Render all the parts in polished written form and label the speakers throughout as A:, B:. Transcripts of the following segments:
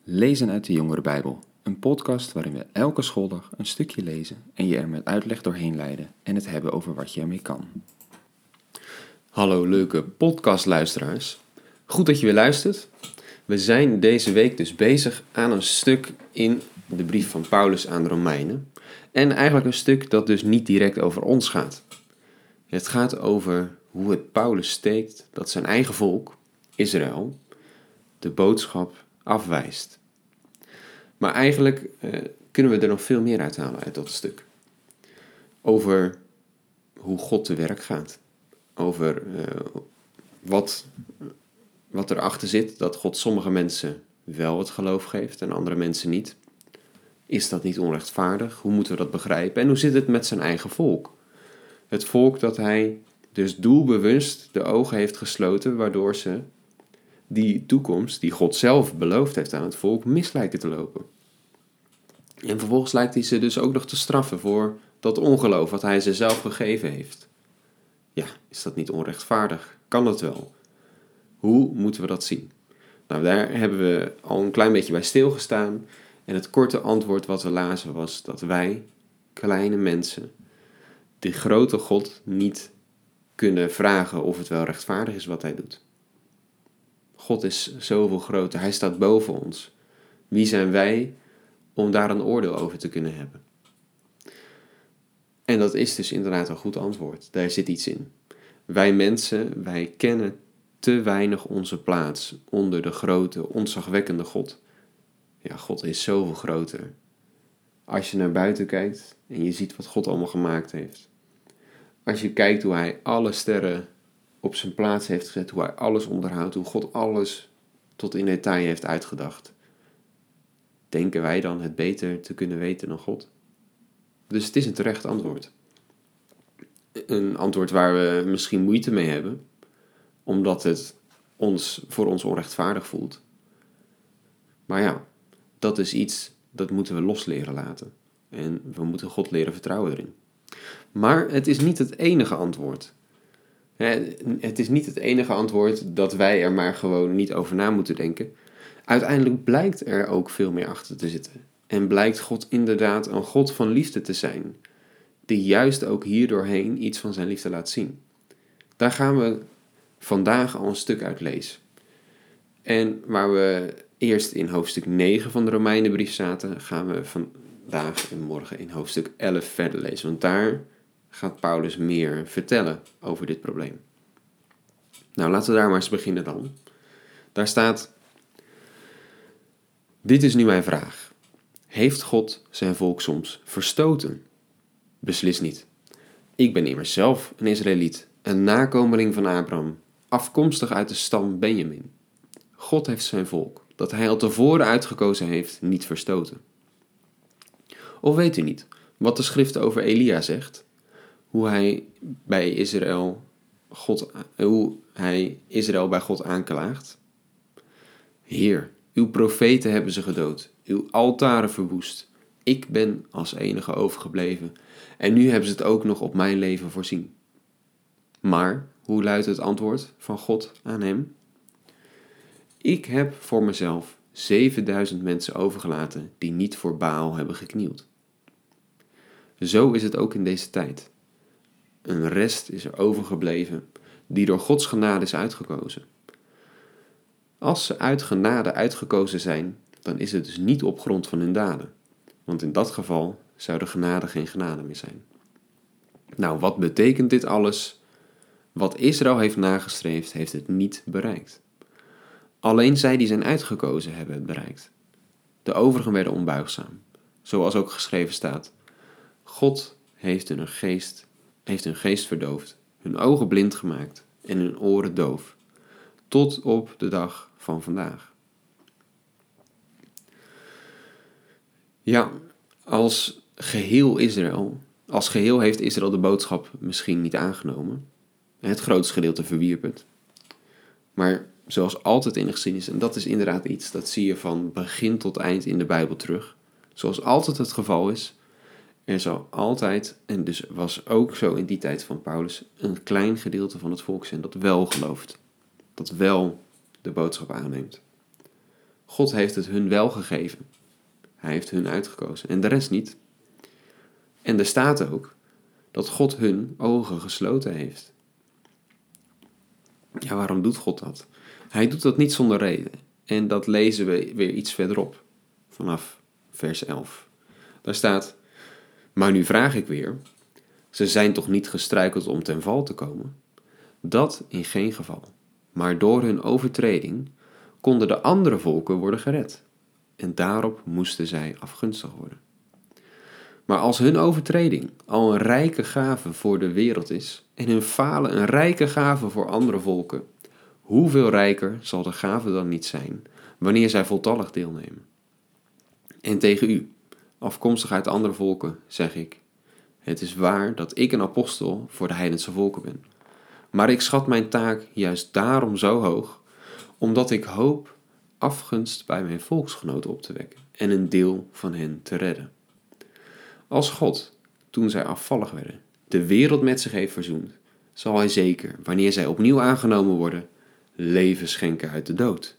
A: Lezen uit de Jongerenbijbel, een podcast waarin we elke schooldag een stukje lezen en je er met uitleg doorheen leiden en het hebben over wat je ermee kan.
B: Hallo leuke podcastluisteraars. Goed dat je weer luistert. We zijn deze week dus bezig aan een stuk in de brief van Paulus aan de Romeinen. En eigenlijk een stuk dat dus niet direct over ons gaat. Het gaat over hoe het Paulus steekt dat zijn eigen volk, Israël, de boodschap afwijst. Maar eigenlijk kunnen we er nog veel meer uithalen uit dat stuk. Over hoe God te werk gaat. Over wat erachter zit dat God sommige mensen wel het geloof geeft en andere mensen niet. Is dat niet onrechtvaardig? Hoe moeten we dat begrijpen? En hoe zit het met zijn eigen volk? Het volk dat hij dus doelbewust de ogen heeft gesloten, waardoor ze die toekomst die God zelf beloofd heeft aan het volk mis lijken te lopen. En vervolgens lijkt hij ze dus ook nog te straffen voor dat ongeloof wat hij ze zelf gegeven heeft. Ja, is dat niet onrechtvaardig? Kan dat wel? Hoe moeten we dat zien? Nou, daar hebben we al een klein beetje bij stilgestaan. En het korte antwoord wat we lazen was dat wij, kleine mensen, die grote God niet kunnen vragen of het wel rechtvaardig is wat hij doet. God is zoveel groter. Hij staat boven ons. Wie zijn wij om daar een oordeel over te kunnen hebben? En dat is dus inderdaad een goed antwoord. Daar zit iets in. Wij mensen, wij kennen te weinig onze plaats onder de grote, ontzagwekkende God. Ja, God is zoveel groter. Als je naar buiten kijkt en je ziet wat God allemaal gemaakt heeft. Als je kijkt hoe hij alle sterren op zijn plaats heeft gezet, hoe hij alles onderhoudt, hoe God alles tot in detail heeft uitgedacht. Denken wij dan het beter te kunnen weten dan God? Dus het is een terecht antwoord. Een antwoord waar we misschien moeite mee hebben, omdat het voor ons onrechtvaardig voelt. Maar ja, dat is iets dat moeten we los leren laten. En we moeten God leren vertrouwen erin. Maar het is niet het enige antwoord. Het is niet het enige antwoord dat wij er maar gewoon niet over na moeten denken. Uiteindelijk blijkt er ook veel meer achter te zitten. En blijkt God inderdaad een God van liefde te zijn. Die juist ook hierdoorheen iets van zijn liefde laat zien. Daar gaan we vandaag al een stuk uit lezen. En waar we eerst in hoofdstuk 9 van de Romeinenbrief zaten, gaan we vandaag en morgen in hoofdstuk 11 verder lezen. Want daar gaat Paulus meer vertellen over dit probleem. Nou, laten we daar maar eens beginnen dan. Daar staat: Dit is nu mijn vraag. Heeft God zijn volk soms verstoten? Beslist niet. Ik ben immers zelf een Israëliet, een nakomeling van Abraham, afkomstig uit de stam Benjamin. God heeft zijn volk, dat hij al tevoren uitgekozen heeft, niet verstoten. Of weet u niet wat de schrift over Elia zegt? Hoe hij Israël bij God aanklaagt? Heer, uw profeten hebben ze gedood, uw altaren verwoest. Ik ben als enige overgebleven en nu hebben ze het ook nog op mijn leven voorzien. Maar, hoe luidt het antwoord van God aan hem? Ik heb voor mezelf 7000 mensen overgelaten die niet voor Baal hebben geknield. Zo is het ook in deze tijd. Een rest is er overgebleven die door Gods genade is uitgekozen. Als ze uit genade uitgekozen zijn, dan is het dus niet op grond van hun daden. Want in dat geval zou de genade geen genade meer zijn. Nou, wat betekent dit alles? Wat Israël heeft nagestreefd, heeft het niet bereikt. Alleen zij die zijn uitgekozen hebben het bereikt. De overigen werden onbuigzaam. Zoals ook geschreven staat: God heeft hun geest verdoofd, hun ogen blind gemaakt en hun oren doof. Tot op de dag van vandaag. Ja, als geheel heeft Israël de boodschap misschien niet aangenomen. Het grootste gedeelte verwierp het. Maar zoals altijd in de geschiedenis, en dat is inderdaad iets, dat zie je van begin tot eind in de Bijbel terug. Zoals altijd het geval is, er zal altijd, en dus was ook zo in die tijd van Paulus, een klein gedeelte van het volk zijn dat wel gelooft. Dat wel de boodschap aanneemt. God heeft het hun wel gegeven. Hij heeft hun uitgekozen en de rest niet. En er staat ook dat God hun ogen gesloten heeft. Ja, waarom doet God dat? Hij doet dat niet zonder reden. En dat lezen we weer iets verderop, vanaf vers 11. Daar staat: maar nu vraag ik weer, ze zijn toch niet gestruikeld om ten val te komen? Dat in geen geval. Maar door hun overtreding konden de andere volken worden gered. En daarop moesten zij afgunstig worden. Maar als hun overtreding al een rijke gave voor de wereld is en hun falen een rijke gave voor andere volken, hoeveel rijker zal de gave dan niet zijn wanneer zij voltallig deelnemen? En tegen u, afkomstig uit andere volken, zeg ik: het is waar dat ik een apostel voor de heidense volken ben. Maar ik schat mijn taak juist daarom zo hoog, omdat ik hoop afgunst bij mijn volksgenoten op te wekken en een deel van hen te redden. Als God, toen zij afvallig werden, de wereld met zich heeft verzoend, zal hij zeker, wanneer zij opnieuw aangenomen worden, leven schenken uit de dood.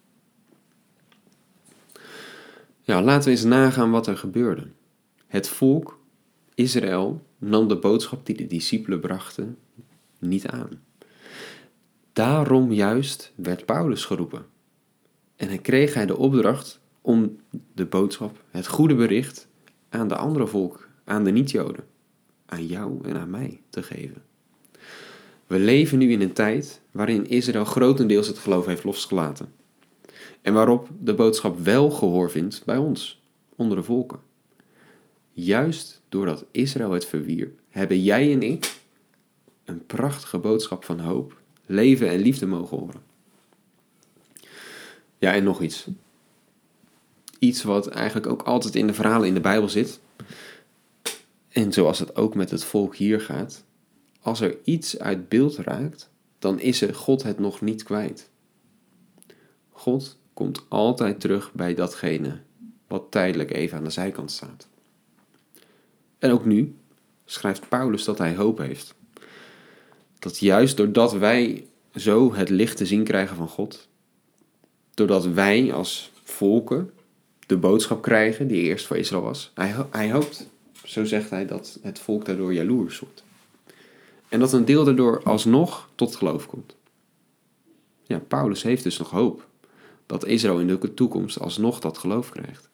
B: Ja, laten we eens nagaan wat er gebeurde. Het volk Israël nam de boodschap die de discipelen brachten niet aan. Daarom juist werd Paulus geroepen. En hij kreeg de opdracht om de boodschap, het goede bericht, aan de andere volk, aan de niet-Joden, aan jou en aan mij te geven. We leven nu in een tijd waarin Israël grotendeels het geloof heeft losgelaten. En waarop de boodschap wel gehoor vindt bij ons, onder de volken. Juist doordat Israël het verwierp, hebben jij en ik een prachtige boodschap van hoop, leven en liefde mogen horen. Ja, en nog iets. Iets wat eigenlijk ook altijd in de verhalen in de Bijbel zit. En zoals het ook met het volk hier gaat. Als er iets uit beeld raakt, dan is er God het nog niet kwijt. God komt altijd terug bij datgene wat tijdelijk even aan de zijkant staat. En ook nu schrijft Paulus dat hij hoop heeft. Dat juist doordat wij zo het licht te zien krijgen van God, doordat wij als volken de boodschap krijgen die eerst voor Israël was, hij hoopt, zo zegt hij, dat het volk daardoor jaloers wordt. En dat een deel daardoor alsnog tot geloof komt. Ja, Paulus heeft dus nog hoop dat Israël in de toekomst alsnog dat geloof krijgt.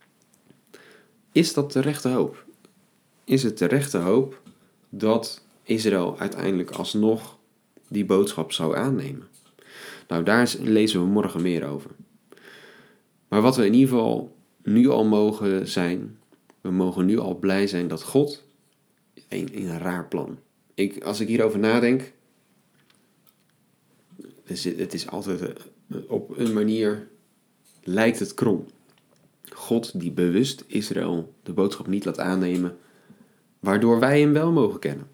B: Is dat de rechte hoop? Is het de rechte hoop dat Israël uiteindelijk alsnog die boodschap zou aannemen? Nou, daar lezen we morgen meer over. Maar wat we in ieder geval nu al mogen zijn, we mogen nu al blij zijn dat God in een raar plan. Als ik hierover nadenk, het is altijd op een manier lijkt het krom. God die bewust Israël de boodschap niet laat aannemen, waardoor wij hem wel mogen kennen.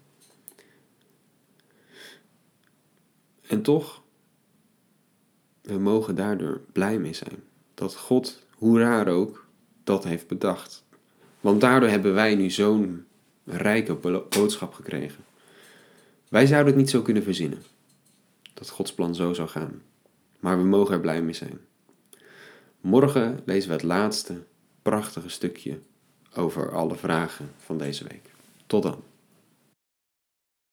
B: En toch, we mogen daardoor blij mee zijn. Dat God, hoe raar ook, dat heeft bedacht. Want daardoor hebben wij nu zo'n rijke boodschap gekregen. Wij zouden het niet zo kunnen verzinnen. Dat Gods plan zo zou gaan. Maar we mogen er blij mee zijn. Morgen lezen we het laatste prachtige stukje over alle vragen van deze week. Tot dan.